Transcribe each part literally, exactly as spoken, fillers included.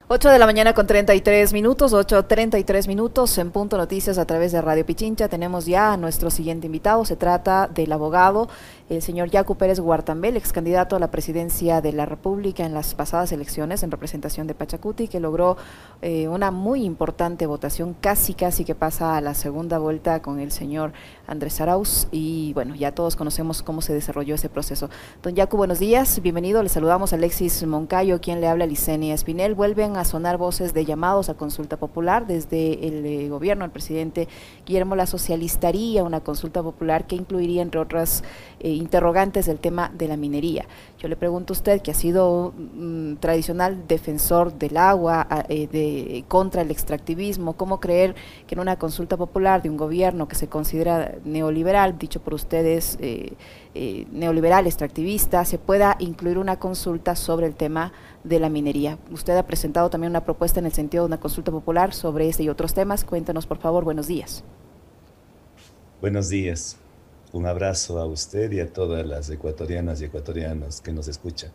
Ocho de la mañana con treinta y tres minutos, ocho treinta y tres minutos en Punto Noticias a través de Radio Pichincha. Tenemos ya a nuestro siguiente invitado. Se trata del abogado, el señor Yacu Pérez Guartambel, ex candidato a la presidencia de la República en las pasadas elecciones en representación de Pachacuti, que logró eh, una muy importante votación, casi casi que pasa a la segunda vuelta con el señor Andrés Arauz. Y bueno, ya todos conocemos cómo se desarrolló ese proceso. Don Yacu, buenos días, bienvenido. Le saludamos a Alexis Moncayo, quien le habla, Licenia Espinel. Vuelven a sonar voces de llamados a consulta popular desde el eh, gobierno. El presidente Guillermo Lasso se alistaría una consulta popular que incluiría, entre otras eh, interrogantes, el tema de la minería. Yo le pregunto a usted, que ha sido un mm, tradicional defensor del agua, eh, de, contra el extractivismo, ¿cómo creer que en una consulta popular de un gobierno que se considera neoliberal, dicho por ustedes eh, eh, neoliberal, extractivista, se pueda incluir una consulta sobre el tema de la minería? Usted ha presentado también una propuesta en el sentido de una consulta popular sobre este y otros temas. Cuéntanos, por favor. Buenos días. Buenos días. Un abrazo a usted y a todas las ecuatorianas y ecuatorianos que nos escuchan.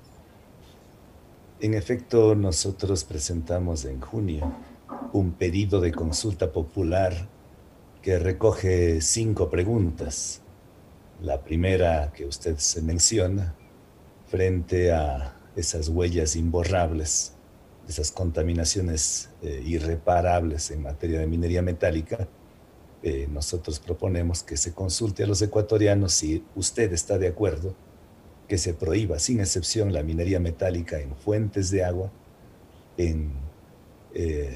En efecto, nosotros presentamos en junio un pedido de consulta popular que recoge cinco preguntas. La primera que usted se menciona, frente a esas huellas imborrables, esas contaminaciones eh, irreparables en materia de minería metálica, eh, nosotros proponemos que se consulte a los ecuatorianos si usted está de acuerdo que se prohíba sin excepción la minería metálica en fuentes de agua, en eh,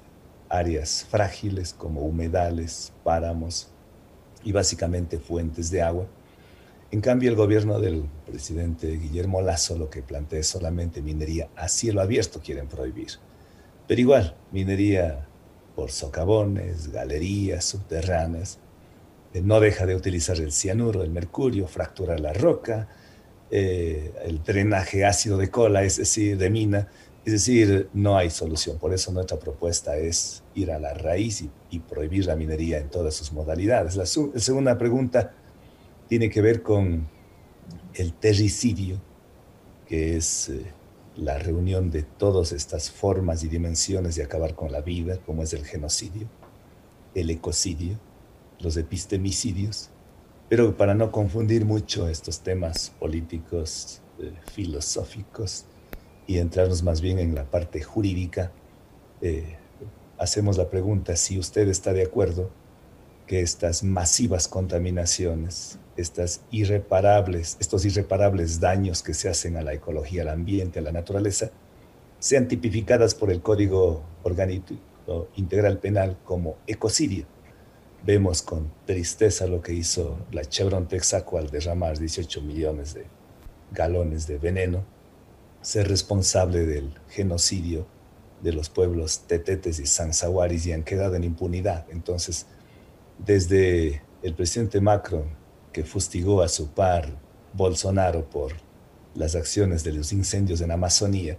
áreas frágiles como humedales, páramos y básicamente fuentes de agua. En cambio, el gobierno del presidente Guillermo Lasso lo que plantea es solamente minería a cielo abierto, quieren prohibir. Pero igual, minería por socavones, galerías subterráneas, eh, no deja de utilizar el cianuro, el mercurio, fracturar la roca, eh, el drenaje ácido de cola, es decir, de mina. Es decir, no hay solución. Por eso nuestra propuesta es ir a la raíz y, y prohibir la minería en todas sus modalidades. La, su, la segunda pregunta tiene que ver con el terricidio, que es eh, la reunión de todas estas formas y dimensiones de acabar con la vida, como es el genocidio, el ecocidio, los epistemicidios. Pero para no confundir mucho estos temas políticos, eh, filosóficos, y entrarnos más bien en la parte jurídica, eh, hacemos la pregunta si usted está de acuerdo que estas masivas contaminaciones, estas irreparables, estos irreparables daños que se hacen a la ecología, al ambiente, a la naturaleza, sean tipificadas por el Código Orgánico Integral Penal como ecocidio. Vemos con tristeza lo que hizo la Chevron Texaco al derramar dieciocho millones de galones de veneno, ser responsable del genocidio de los pueblos tetetes y sanzahuaris, y han quedado en impunidad. Entonces, desde el presidente Macron, que fustigó a su par Bolsonaro por las acciones de los incendios en Amazonía,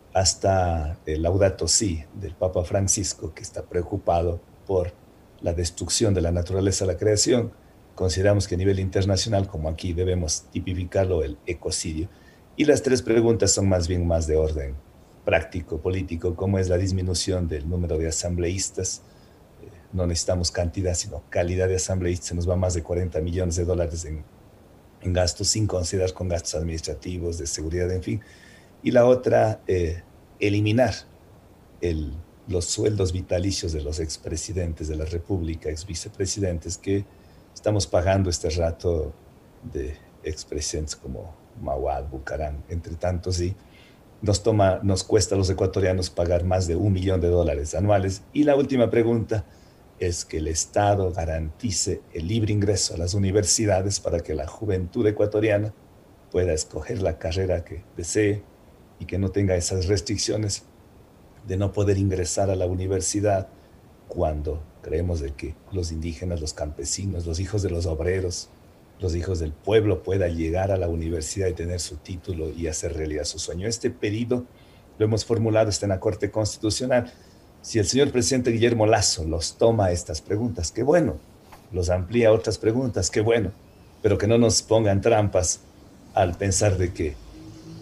hasta el Laudato Si del Papa Francisco, que está preocupado por la destrucción de la naturaleza a la creación, consideramos que a nivel internacional, como aquí, debemos tipificarlo el ecocidio. Y las tres preguntas son más bien más de orden práctico, político, como es la disminución del número de asambleístas. Eh, no necesitamos cantidad, sino calidad de asambleístas. Se nos va más de cuarenta millones de dólares en, en gastos, sin considerar con gastos administrativos, de seguridad, en fin. Y la otra, eh, eliminar el, los sueldos vitalicios de los expresidentes de la República, exvicepresidentes, que estamos pagando este rato de expresidentes como Mawad, Bucaram, entre tantos, y nos, toma, nos cuesta a los ecuatorianos pagar más de un millón de dólares anuales. Y la última pregunta es que el Estado garantice el libre ingreso a las universidades para que la juventud ecuatoriana pueda escoger la carrera que desee y que no tenga esas restricciones de no poder ingresar a la universidad cuando creemos de que los indígenas, los campesinos, los hijos de los obreros, los hijos del pueblo puedan llegar a la universidad y tener su título y hacer realidad su sueño. Este pedido lo hemos formulado, está en la Corte Constitucional. Si el señor presidente Guillermo Lasso los toma estas preguntas, qué bueno, los amplía a otras preguntas, qué bueno, pero que no nos pongan trampas al pensar de que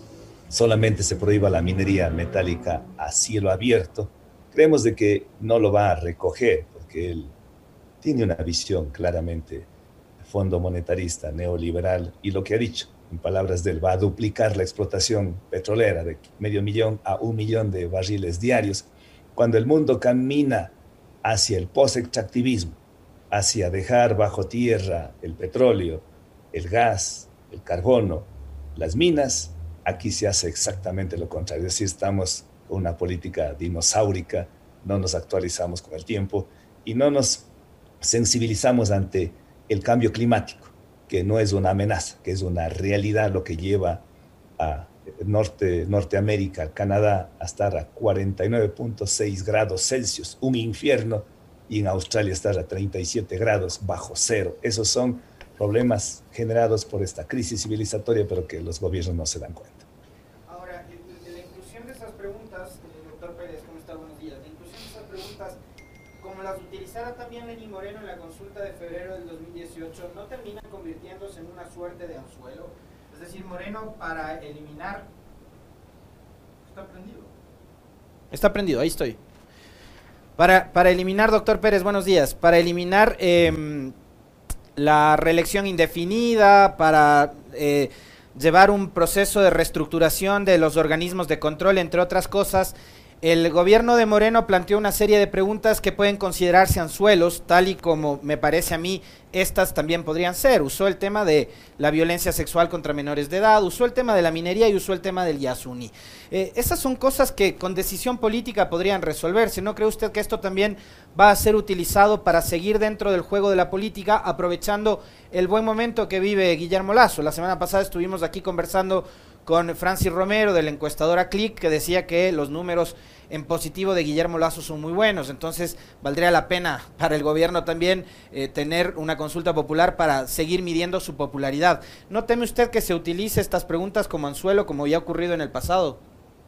solamente se prohíba la minería metálica a cielo abierto, creemos de que no lo va a recoger, porque él tiene una visión claramente fondo monetarista, neoliberal, y lo que ha dicho, en palabras de él, va a duplicar la explotación petrolera de medio millón a un millón de barriles diarios, cuando el mundo camina hacia el post-extractivismo, hacia dejar bajo tierra el petróleo, el gas, el carbono, las minas. Aquí se hace exactamente lo contrario, es decir, estamos con una política dinosaurica, no nos actualizamos con el tiempo y no nos sensibilizamos ante el cambio climático, que no es una amenaza, que es una realidad, lo que lleva a Norte, Norteamérica, Canadá, a estar a cuarenta y nueve punto seis grados Celsius, un infierno, y en Australia estar a treinta y siete grados bajo cero. Esos son problemas generados por esta crisis civilizatoria, pero que los gobiernos no se dan cuenta. Ahora, de la inclusión de esas preguntas, doctor Pérez, ¿cómo está? Buenos días. La inclusión de esas preguntas, como las utilizara también Lenín Moreno en la consulta de febrero del dos mil dieciocho, ¿no terminan convirtiéndose en una suerte de anzuelo? Es decir, Moreno, para eliminar... ¿Está prendido? Está prendido, ahí estoy. Para, para eliminar, doctor Pérez, buenos días, para eliminar eh, la reelección indefinida, para eh, llevar un proceso de reestructuración de los organismos de control, entre otras cosas, el gobierno de Moreno planteó una serie de preguntas que pueden considerarse anzuelos, tal y como me parece a mí, estas también podrían ser. Usó el tema de la violencia sexual contra menores de edad, usó el tema de la minería y usó el tema del Yasuní. Eh, esas son cosas que con decisión política podrían resolverse. ¿No cree usted que esto también va a ser utilizado para seguir dentro del juego de la política, aprovechando el buen momento que vive Guillermo Lasso? La semana pasada estuvimos aquí conversando con Francis Romero de la encuestadora Click, que decía que los números en positivo de Guillermo Lasso son muy buenos, entonces valdría la pena para el gobierno también eh, tener una consulta popular para seguir midiendo su popularidad. ¿No teme usted que se utilice estas preguntas como anzuelo, como ya ha ocurrido en el pasado?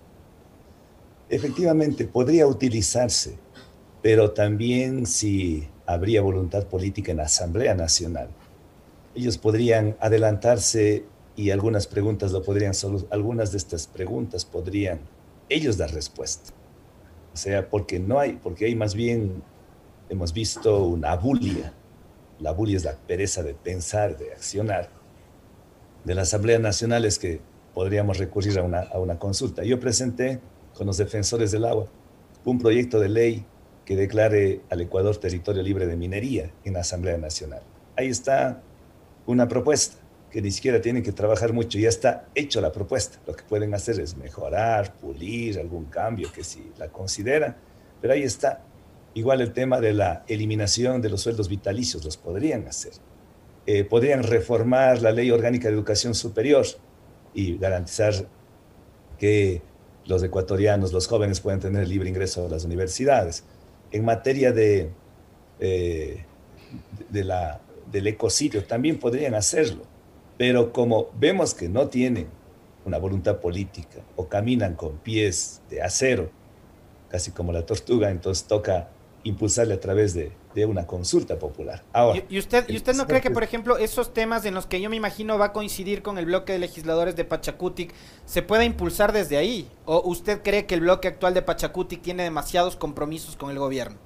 Efectivamente, podría utilizarse, pero también si habría voluntad política en la Asamblea Nacional, ellos podrían adelantarse y algunas preguntas lo podrían, algunas de estas preguntas podrían ellos dar respuesta. O sea, porque no hay, porque hay más bien, hemos visto una abulia. La abulia es la pereza de pensar, de accionar. De la Asamblea Nacional es que podríamos recurrir a una, a una consulta. Yo presenté con los defensores del agua un proyecto de ley que declare al Ecuador territorio libre de minería en la Asamblea Nacional. Ahí está una propuesta que ni siquiera tienen que trabajar mucho, ya está hecha la propuesta. Lo que pueden hacer es mejorar, pulir algún cambio que si la consideran, pero ahí está. Igual el tema de la eliminación de los sueldos vitalicios, los podrían hacer. Eh, podrían reformar la Ley Orgánica de Educación Superior y garantizar que los ecuatorianos, los jóvenes puedan tener libre ingreso a las universidades. En materia de, eh, de la, del ecocidio también podrían hacerlo. Pero como vemos que no tienen una voluntad política o caminan con pies de acero, casi como la tortuga, entonces toca impulsarle a través de, de una consulta popular. Ahora, ¿Y, y usted, ¿y usted no cree que, por ejemplo, esos temas en los que yo me imagino va a coincidir con el bloque de legisladores de Pachacutic se pueda impulsar desde ahí? ¿O usted cree que el bloque actual de Pachacutic tiene demasiados compromisos con el gobierno?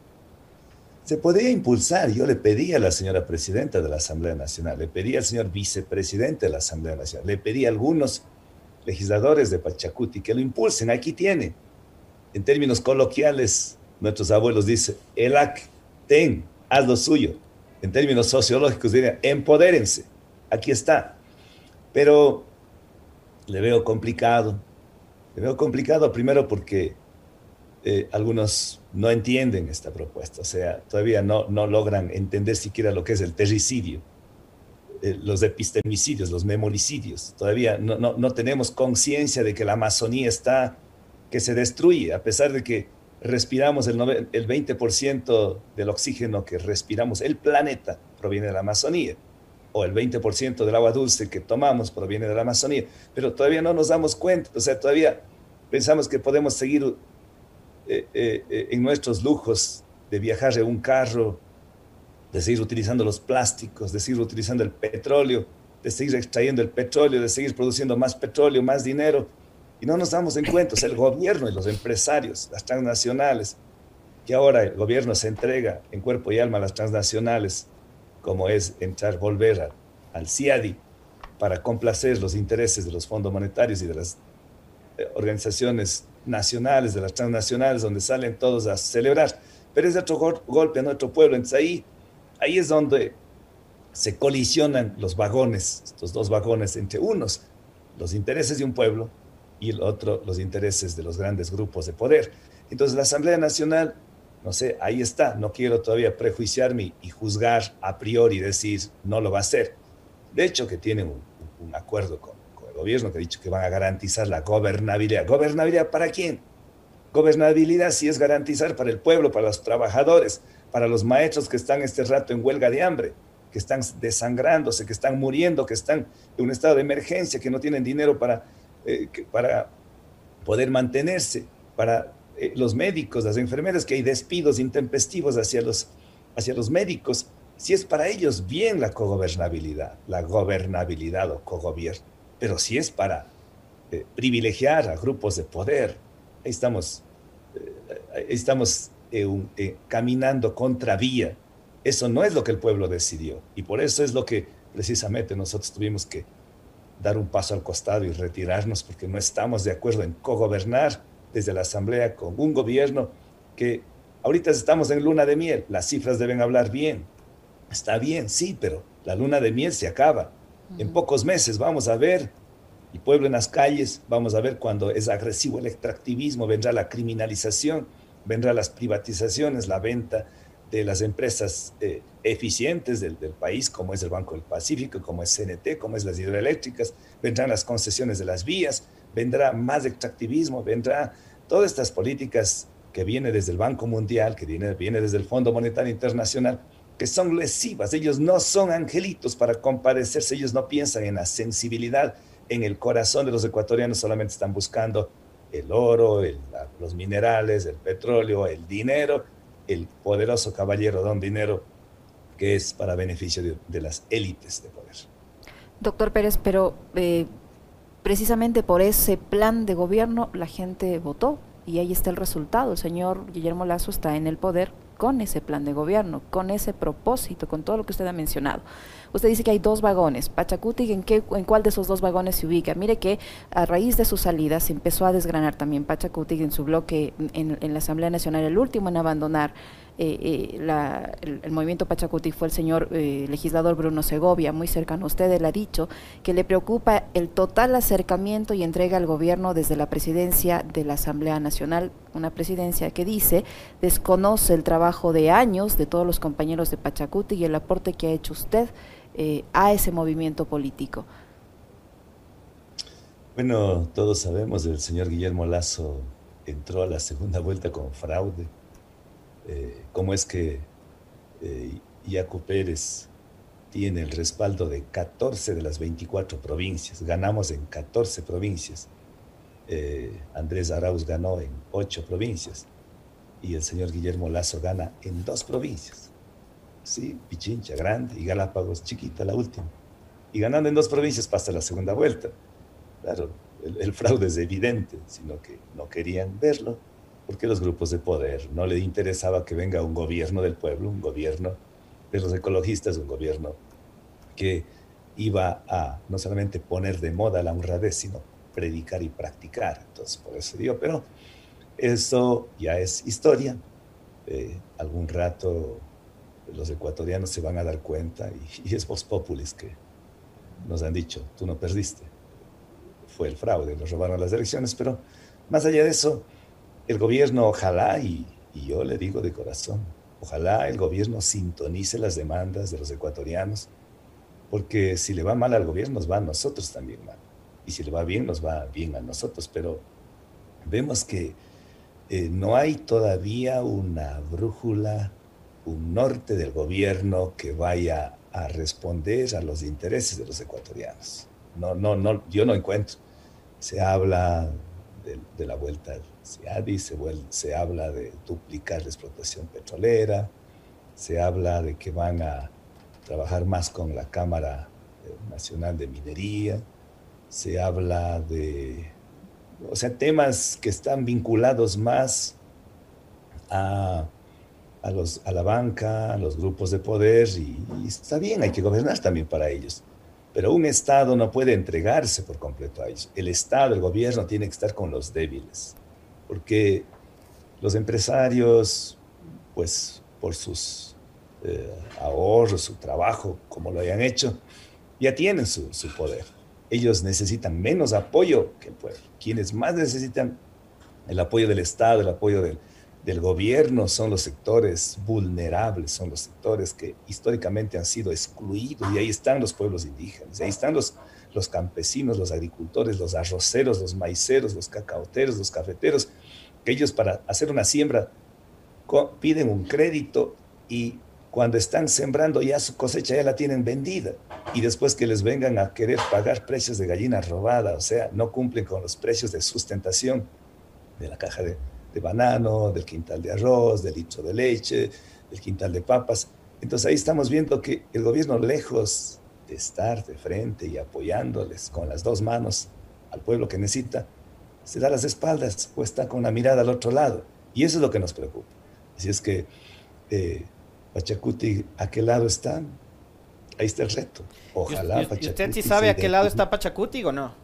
Se podría impulsar. Yo le pedí a la señora presidenta de la Asamblea Nacional, le pedí al señor vicepresidente de la Asamblea Nacional, le pedí a algunos legisladores de Pachacuti que lo impulsen. Aquí tiene, en términos coloquiales, nuestros abuelos dicen, E L A C, ten, haz lo suyo. En términos sociológicos dirían, empodérense. Aquí está. Pero le veo complicado. Le veo complicado primero porque eh, algunos no entienden esta propuesta, o sea, todavía no, no logran entender siquiera lo que es el terricidio, eh, los epistemicidios, los memoricidios. Todavía no, no, no tenemos conciencia de que la Amazonía está, que se destruye, a pesar de que respiramos el, el veinte por ciento del oxígeno que respiramos, el planeta proviene de la Amazonía, o el veinte por ciento del agua dulce que tomamos proviene de la Amazonía, pero todavía no nos damos cuenta, o sea, todavía pensamos que podemos seguir Eh, eh, en nuestros lujos de viajar en un carro, de seguir utilizando los plásticos, de seguir utilizando el petróleo, de seguir extrayendo el petróleo, de seguir produciendo más petróleo, más dinero, Y no nos damos en cuenta, o sea, el gobierno y los empresarios, las transnacionales, que ahora el gobierno se entrega en cuerpo y alma a las transnacionales, como es entrar, volver a, al C I A D I para complacer los intereses de los fondos monetarios y de las eh, organizaciones nacionales, de las transnacionales, donde salen todos a celebrar. Pero es otro go golpe a nuestro pueblo. Entonces ahí, ahí es donde se colisionan los vagones, estos dos vagones, entre unos, los intereses de un pueblo, y el otro, los intereses de los grandes grupos de poder. Entonces la Asamblea Nacional, no sé, ahí está, no quiero todavía prejuiciarme y juzgar a priori, decir, no lo va a hacer. De hecho, que tienen un, un acuerdo con, con el gobierno que ha dicho que van a garantizar la gobernabilidad. ¿Gobernabilidad para quién? Gobernabilidad sí es garantizar para el pueblo, para los trabajadores, para los maestros que están este rato en huelga de hambre, que están desangrándose, que están muriendo, que están en un estado de emergencia, que no tienen dinero para, eh, que, para poder mantenerse, para eh, los médicos, las enfermeras, que hay despidos intempestivos hacia los, hacia los médicos. Si es para ellos, bien la cogobernabilidad, la gobernabilidad o cogobierno, pero si es para eh, privilegiar a grupos de poder, ahí estamos, eh, ahí estamos eh, un, eh, caminando contra vía. Eso no es lo que el pueblo decidió, y por eso es lo que precisamente nosotros tuvimos que dar un paso al costado y retirarnos, porque no estamos de acuerdo en cogobernar desde la Asamblea con un gobierno que ahorita estamos en luna de miel. Las cifras deben hablar bien. Está bien, sí, pero la luna de miel se acaba. Uh-huh. En pocos meses vamos a ver el pueblo en las calles, vamos a ver cuando es agresivo el extractivismo, vendrá la criminalización, vendrán las privatizaciones, la venta de las empresas eh, eficientes del, del país, como es el Banco del Pacífico, como es C N T, como es las hidroeléctricas, vendrán las concesiones de las vías, vendrá más extractivismo, vendrá todas estas políticas que vienen desde el Banco Mundial, que viene, viene desde el Fondo Monetario Internacional, que son lesivas. Ellos no son angelitos para compadecerse, ellos no piensan en la sensibilidad, en el corazón de los ecuatorianos, solamente están buscando el oro, el, la, los minerales, el petróleo, el dinero, el poderoso caballero don dinero, que es para beneficio de, de las élites de poder. Doctor Pérez, pero eh, precisamente por ese plan de gobierno la gente votó y ahí está el resultado. El señor Guillermo Lasso está en el poder con ese plan de gobierno, con ese propósito, con todo lo que usted ha mencionado. Usted dice que hay dos vagones. Pachacuti, ¿en qué, en cuál de esos dos vagones se ubica? Mire que a raíz de su salida se empezó a desgranar también Pachacuti en su bloque en, en la Asamblea Nacional. El último en abandonar eh, eh, la, el, el movimiento Pachacuti fue el señor eh, legislador Bruno Segovia, muy cercano a usted. Él ha dicho que le preocupa el total acercamiento y entrega al gobierno desde la presidencia de la Asamblea Nacional, una presidencia que dice desconoce el trabajo de años de todos los compañeros de Pachacuti y el aporte que ha hecho usted eh, a ese movimiento político. Bueno, todos sabemos del señor Guillermo Lasso entró a la segunda vuelta con fraude. Eh, ¿Cómo es que eh, Yacu Pérez tiene el respaldo de catorce de las veinticuatro provincias? Ganamos en catorce provincias. Eh, Andrés Arauz ganó en ocho provincias y el señor Guillermo Lasso gana en dos provincias. Sí, Pichincha grande y Galápagos chiquita, la última. Y ganando en dos provincias pasa la segunda vuelta. Claro, el, el fraude es evidente, sino que no querían verlo, porque los grupos de poder no les interesaba que venga un gobierno del pueblo, un gobierno de los ecologistas, un gobierno que iba a no solamente poner de moda la honradez, sino predicar y practicar. Entonces, por eso digo, pero eso ya es historia. Eh, algún rato los ecuatorianos se van a dar cuenta y, y es Vox Populis que nos han dicho, tú no perdiste. Fue el fraude, nos robaron las elecciones, pero más allá de eso, el gobierno ojalá, y, y yo le digo de corazón, ojalá el gobierno sintonice las demandas de los ecuatorianos, porque si le va mal al gobierno, nos va a nosotros también mal. Y si le va bien, nos va bien a nosotros, pero vemos que eh, no hay todavía una brújula, un norte del gobierno que vaya a responder a los intereses de los ecuatorianos. No, no, no, yo no encuentro. Se habla de, de la vuelta al C I A D I, se, vuel, se habla de duplicar la explotación petrolera, se habla de que van a trabajar más con la Cámara Nacional de Minería, se habla de o sea, temas que están vinculados más a, a, los, a la banca, a los grupos de poder, y, y está bien, hay que gobernar también para ellos. Pero un Estado no puede entregarse por completo a ellos. El Estado, el gobierno tiene que estar con los débiles, porque los empresarios, pues por sus eh, ahorros, su trabajo, como lo hayan hecho, ya tienen su, su poder. Ellos necesitan menos apoyo que el pueblo. Quienes más necesitan el apoyo del Estado, el apoyo del, del gobierno, son los sectores vulnerables, son los sectores que históricamente han sido excluidos, y ahí están los pueblos indígenas, ahí están los, los campesinos, los agricultores, los arroceros, los maiceros, los cacaoteros, los cafeteros, que ellos para hacer una siembra piden un crédito y cuando están sembrando ya su cosecha ya la tienen vendida, y después que les vengan a querer pagar precios de gallina robada, o sea, no cumplen con los precios de sustentación de la caja de, de banano, del quintal de arroz, del litro de leche, del quintal de papas. Entonces ahí estamos viendo que el gobierno, lejos de estar de frente y apoyándoles con las dos manos al pueblo que necesita, se da las espaldas o está con la mirada al otro lado, y eso es lo que nos preocupa. Así es que eh, Pachacuti, ¿a qué lado está? Ahí está el reto. Ojalá ¿Y, Pachacuti. ¿Y usted sí sabe a qué lado está Pachacuti o no?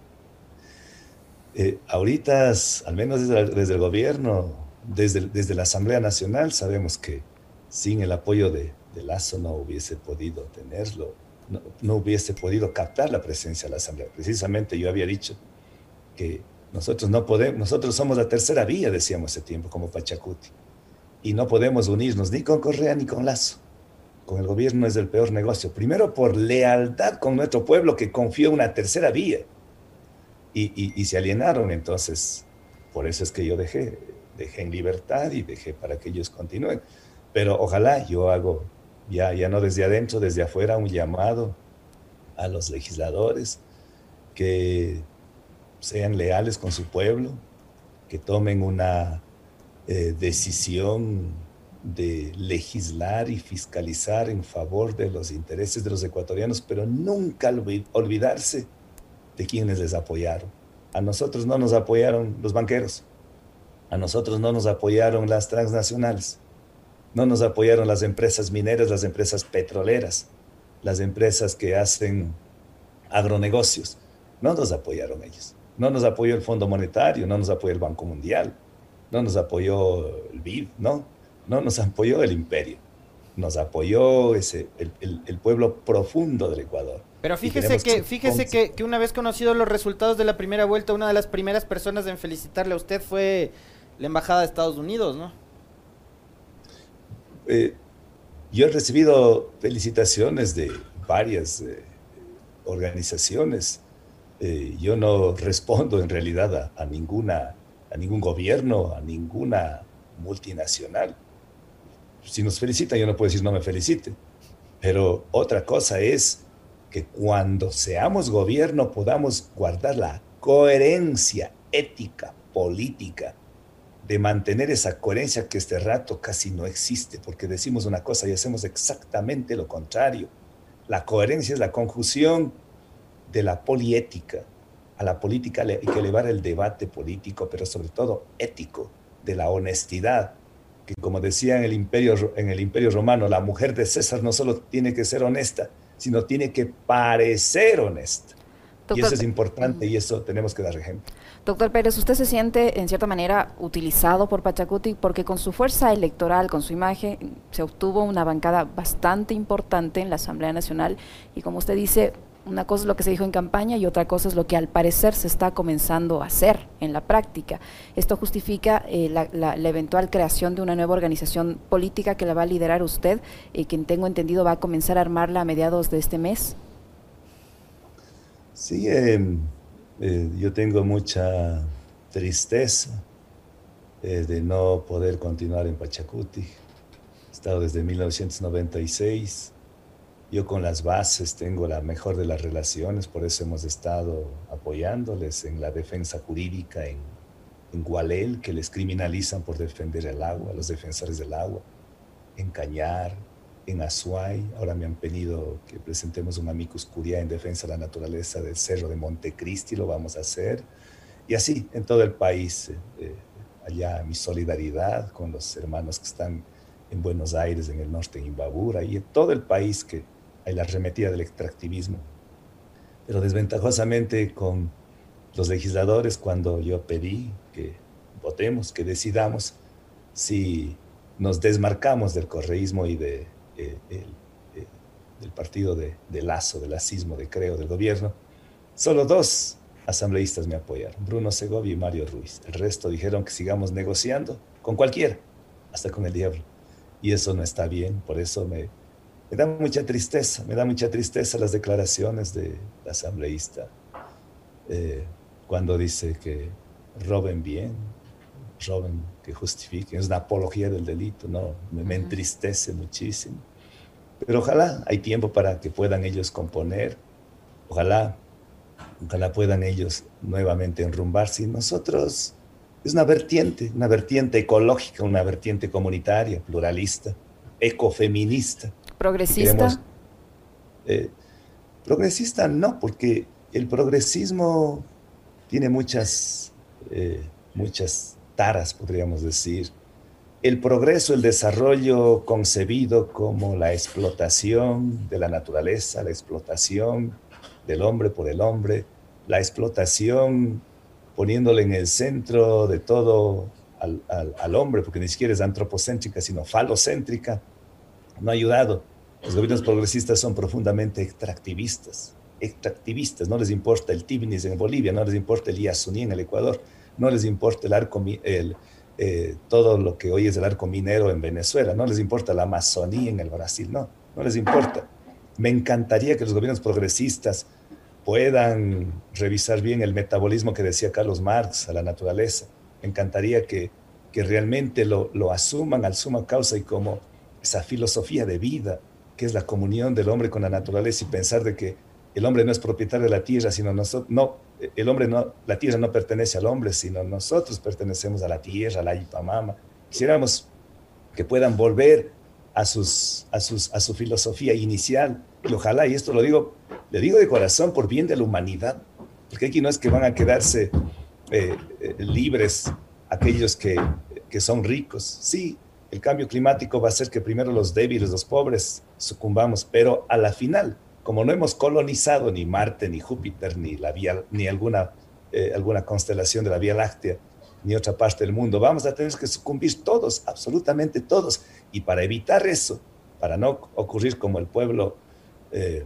Eh, ahorita, al menos desde, desde el gobierno, desde, desde la Asamblea Nacional, sabemos que sin el apoyo de, de Lazo no hubiese podido tenerlo, no, no hubiese podido captar la presencia de la Asamblea. Precisamente yo había dicho que nosotros no podemos, nosotros somos la tercera vía, decíamos ese tiempo, como Pachacuti. Y no podemos unirnos ni con Correa ni con Lazo. Con el gobierno es el peor negocio. Primero por lealtad con nuestro pueblo que confió en una tercera vía. Y, y, y se alienaron. Entonces, por eso es que yo dejé, dejé en libertad y dejé para que ellos continúen. Pero ojalá yo hago, ya, ya no desde adentro, desde afuera, un llamado a los legisladores que sean leales con su pueblo, que tomen una Eh, decisión de legislar y fiscalizar en favor de los intereses de los ecuatorianos, pero nunca olvidarse de quienes les apoyaron. A nosotros no nos apoyaron los banqueros, a nosotros no nos apoyaron las transnacionales, no nos apoyaron las empresas mineras, las empresas petroleras, las empresas que hacen agronegocios, no nos apoyaron ellos. No nos apoyó el Fondo Monetario, no nos apoyó el Banco Mundial, no nos apoyó el B I D, no, no nos apoyó el imperio, nos apoyó ese, el, el, el pueblo profundo del Ecuador. Pero fíjese que, fíjese que, que una vez conocidos los resultados de la primera vuelta, una de las primeras personas en felicitarle a usted fue la Embajada de Estados Unidos, ¿no? Eh, yo he recibido felicitaciones de varias eh, organizaciones. Eh, yo no respondo en realidad a, a ninguna a ningún gobierno, a ninguna multinacional. Si nos felicitan, yo no puedo decir no me feliciten. Pero otra cosa es que cuando seamos gobierno podamos guardar la coherencia ética, política, de mantener esa coherencia que este rato casi no existe, porque decimos una cosa y hacemos exactamente lo contrario. La coherencia es la conjunción de la poliética. A la política hay que elevar el debate político, pero sobre todo ético, de la honestidad, que como decía en el imperio, en el imperio romano, la mujer de César no solo tiene que ser honesta, sino tiene que parecer honesta. Doctor, y eso es importante y eso tenemos que dar ejemplo. Doctor Pérez, ¿usted se siente en cierta manera utilizado por Pachacuti? Porque con su fuerza electoral, con su imagen, se obtuvo una bancada bastante importante en la Asamblea Nacional y como usted dice, una cosa es lo que se dijo en campaña y otra cosa es lo que al parecer se está comenzando a hacer en la práctica. Esto justifica eh, la, la, la eventual creación de una nueva organización política que la va a liderar usted y quien tengo entendido va a comenzar a armarla a mediados de este mes. Sí, eh, eh, yo tengo mucha tristeza eh, de no poder continuar en Pachacuti. He estado desde mil novecientos noventa y seis. Yo con las bases tengo la mejor de las relaciones, por eso hemos estado apoyándoles en la defensa jurídica en, en Gualel, que les criminalizan por defender el agua, los defensores del agua, en Cañar, en Azuay. Ahora me han pedido que presentemos un amicus curiae en defensa de la naturaleza del Cerro de Montecristi, lo vamos a hacer. y así en todo el país. Eh, eh, allá mi solidaridad con los hermanos que están en Buenos Aires, en el norte, en Imbabura, y en todo el país que hay la arremetida del extractivismo. Pero desventajosamente con los legisladores, cuando yo pedí que votemos, que decidamos si nos desmarcamos del correísmo y de, eh, el, eh, del partido de, de Lazo, del lacismo, de Creo, del gobierno, solo dos asambleístas me apoyaron, Bruno Segovia y Mario Ruiz. El resto dijeron que sigamos negociando con cualquiera, hasta con el diablo. Y eso no está bien, por eso me, me da mucha tristeza, me da mucha tristeza las declaraciones de la asambleísta eh, cuando dice que roben bien, roben, que justifiquen, es una apología del delito, no, me, me entristece muchísimo. Pero ojalá hay tiempo para que puedan ellos componer, ojalá, ojalá puedan ellos nuevamente enrumbarse. Y nosotros, es una vertiente, una vertiente ecológica, una vertiente comunitaria, pluralista, ecofeminista. ¿Progresista? Queremos, eh, progresista no, porque el progresismo tiene muchas, eh, muchas taras, podríamos decir. El progreso, el desarrollo concebido como la explotación de la naturaleza, la explotación del hombre por el hombre, la explotación poniéndole en el centro de todo al, al, al hombre, porque ni siquiera es antropocéntrica, sino falocéntrica, no ha ayudado. Los gobiernos progresistas son profundamente extractivistas, extractivistas, no les importa el Tibnis en Bolivia, no les importa el Yasuní en el Ecuador, no les importa el arco, el, eh, todo lo que hoy es el arco minero en Venezuela, no les importa la Amazonía en el Brasil, no, no les importa. Me encantaría que los gobiernos progresistas puedan revisar bien el metabolismo que decía Carlos Marx a la naturaleza. Me encantaría que, que realmente lo, lo asuman al suma causa y como esa filosofía de vida, que es la comunión del hombre con la naturaleza y pensar de que el hombre no es propietario de la tierra, sino nosotros, no, el hombre no, la tierra no pertenece al hombre, sino nosotros pertenecemos a la tierra, a la Ipamama. Quisiéramos que puedan volver a, sus, a, sus, a su filosofía inicial y ojalá, y esto lo digo, le digo de corazón por bien de la humanidad, porque aquí no es que van a quedarse eh, eh, libres aquellos que, que son ricos. Sí, el cambio climático va a hacer que primero los débiles, los pobres sucumbamos, pero a la final, como no hemos colonizado ni Marte, ni Júpiter, ni, la vía, ni alguna, eh, alguna constelación de la Vía Láctea, ni otra parte del mundo, vamos a tener que sucumbir todos, absolutamente todos. Y para evitar eso, para no ocurrir como el pueblo, eh,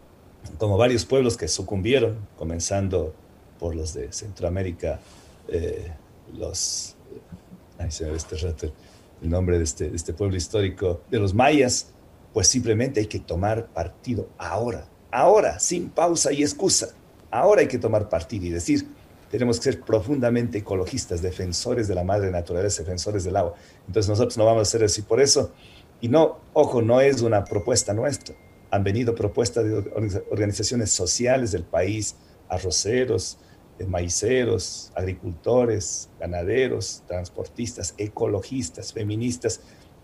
como varios pueblos que sucumbieron, comenzando por los de Centroamérica, eh, los, ay, se me ve este rato el nombre de este, de este pueblo histórico, de los mayas, pues simplemente hay que tomar partido ahora, ahora, sin pausa y excusa. Ahora hay que tomar partido y decir, tenemos que ser profundamente ecologistas, defensores de la madre naturaleza, defensores del agua. Entonces nosotros no vamos a hacer así por eso. Y no, ojo, no es una propuesta nuestra. Han venido propuestas de organizaciones sociales del país, arroceros, maiceros, agricultores, ganaderos, transportistas, ecologistas, feministas,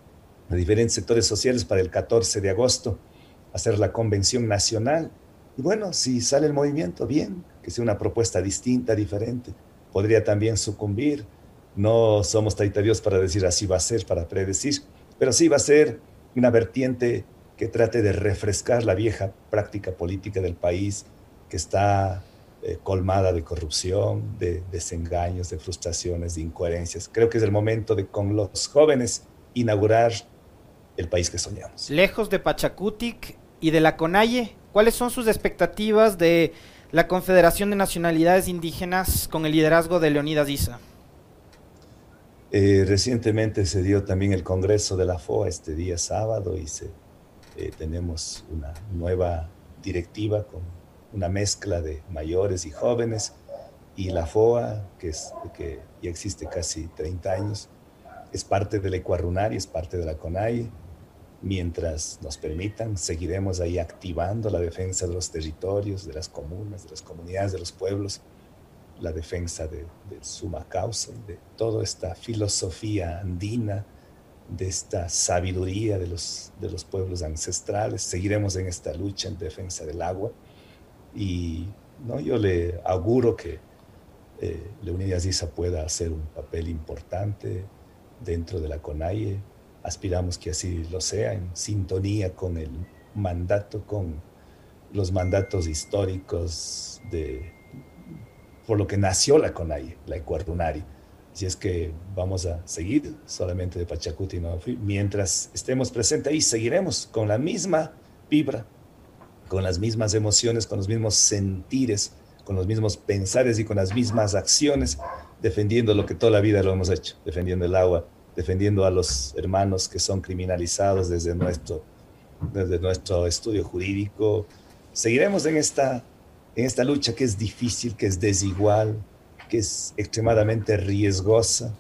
de diferentes sectores sociales para el catorce de agosto, hacer la convención nacional. Y bueno, si sale el movimiento, bien, que sea una propuesta distinta, diferente. Podría también sucumbir. No somos taitarios para decir así va a ser, para predecir, pero sí va a ser una vertiente que trate de refrescar la vieja práctica política del país que está eh, colmada de corrupción, de desengaños, de frustraciones, de incoherencias. Creo que es el momento de con los jóvenes inaugurar el país que soñamos. Lejos de Pachacutic y de la CONAIE, ¿cuáles son sus expectativas de la Confederación de Nacionalidades Indígenas con el liderazgo de Leonidas Issa? Eh, recientemente se dio también el Congreso de la F O A este día sábado y se, eh, tenemos una nueva directiva con una mezcla de mayores y jóvenes y la F O A, que, es, que ya existe casi treinta años, es parte de la Ecuarunari, es parte de la CONAIE. Mientras nos permitan, seguiremos ahí activando la defensa de los territorios, de las comunas, de las comunidades, de los pueblos, la defensa de, de suma causa, de toda esta filosofía andina, de esta sabiduría de los, de los pueblos ancestrales. Seguiremos en esta lucha en defensa del agua y ¿no? yo le auguro que eh, Leonidas Issa pueda hacer un papel importante dentro de la CONAIE. Aspiramos que así lo sea, en sintonía con el mandato, con los mandatos históricos de, por lo que nació la CONAIE, la Ecuarunari. Si es que vamos a seguir solamente de Pachacuti y Nueva Fui, mientras estemos presentes ahí, seguiremos con la misma vibra, con las mismas emociones, con los mismos sentires, con los mismos pensares y con las mismas acciones, defendiendo lo que toda la vida lo hemos hecho, defendiendo el agua, defendiendo a los hermanos que son criminalizados desde nuestro, desde nuestro estudio jurídico. Seguiremos en esta, en esta lucha que es difícil, que es desigual, que es extremadamente riesgosa,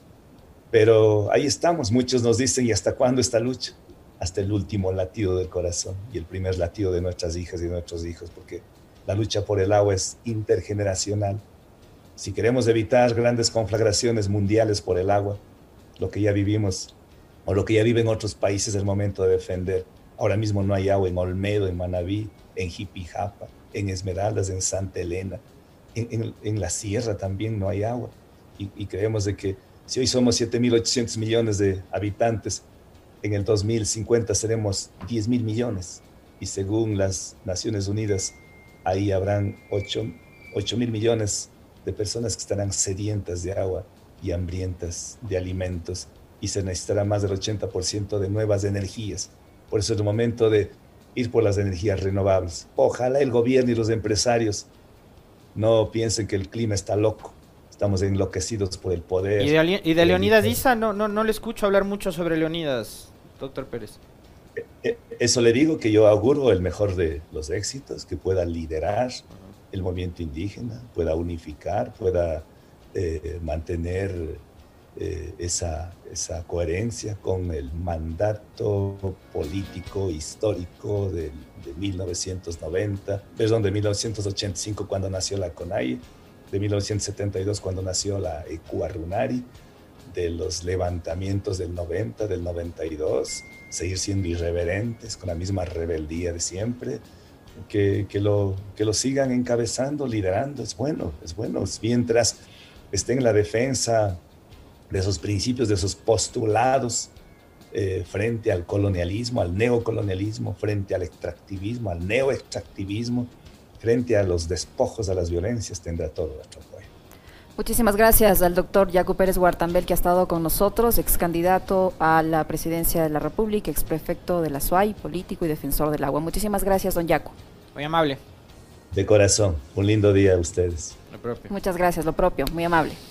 pero ahí estamos. Muchos nos dicen, ¿y hasta cuándo esta lucha? Hasta el último latido del corazón y el primer latido de nuestras hijas y de nuestros hijos, porque la lucha por el agua es intergeneracional. Si queremos evitar grandes conflagraciones mundiales por el agua, lo que ya vivimos o lo que ya viven otros países, es el momento de defender. Ahora mismo no hay agua en Olmedo, en Manabí, en Jipijapa, en Esmeraldas, en Santa Elena. En, en, en la sierra también no hay agua, y, y creemos de que si hoy somos siete mil ochocientos millones de habitantes, en el dos mil cincuenta seremos diez mil millones, y según las Naciones Unidas, ahí habrán ocho mil millones de personas que estarán sedientas de agua y hambrientas de alimentos, y se necesitará más del ochenta por ciento de nuevas energías. Por eso es el momento de ir por las energías renovables. Ojalá el gobierno y los empresarios no piensen que el clima está loco. Estamos enloquecidos por el poder. ¿Y de, y de Leonidas Issa? No, no, no le escucho hablar mucho sobre Leonidas, doctor Pérez. Eso le digo, que yo auguro el mejor de los éxitos, que pueda liderar el movimiento indígena, pueda unificar, pueda eh, mantener eh, esa, esa coherencia con el mandato político histórico de, de mil novecientos noventa, perdón, de mil novecientos ochenta y cinco, cuando nació la CONAIE, de mil novecientos setenta y dos, cuando nació la Ecuarunari, de los levantamientos del noventa, del noventa y dos, seguir siendo irreverentes con la misma rebeldía de siempre, que, que, lo, que lo sigan encabezando, liderando. Es bueno, es bueno, mientras estén en la defensa de esos principios, de esos postulados, eh, frente al colonialismo, al neocolonialismo, frente al extractivismo, al neoextractivismo, frente a los despojos, a las violencias, tendrá todo nuestro apoyo. Muchísimas gracias al doctor Yacu Pérez Guartambel, que ha estado con nosotros, ex candidato a la presidencia de la República, ex prefecto de la S U A Y, político y defensor del agua. Muchísimas gracias, don Yacu. Muy amable. De corazón, un lindo día a ustedes. Lo propio. Muchas gracias, lo propio, muy amable.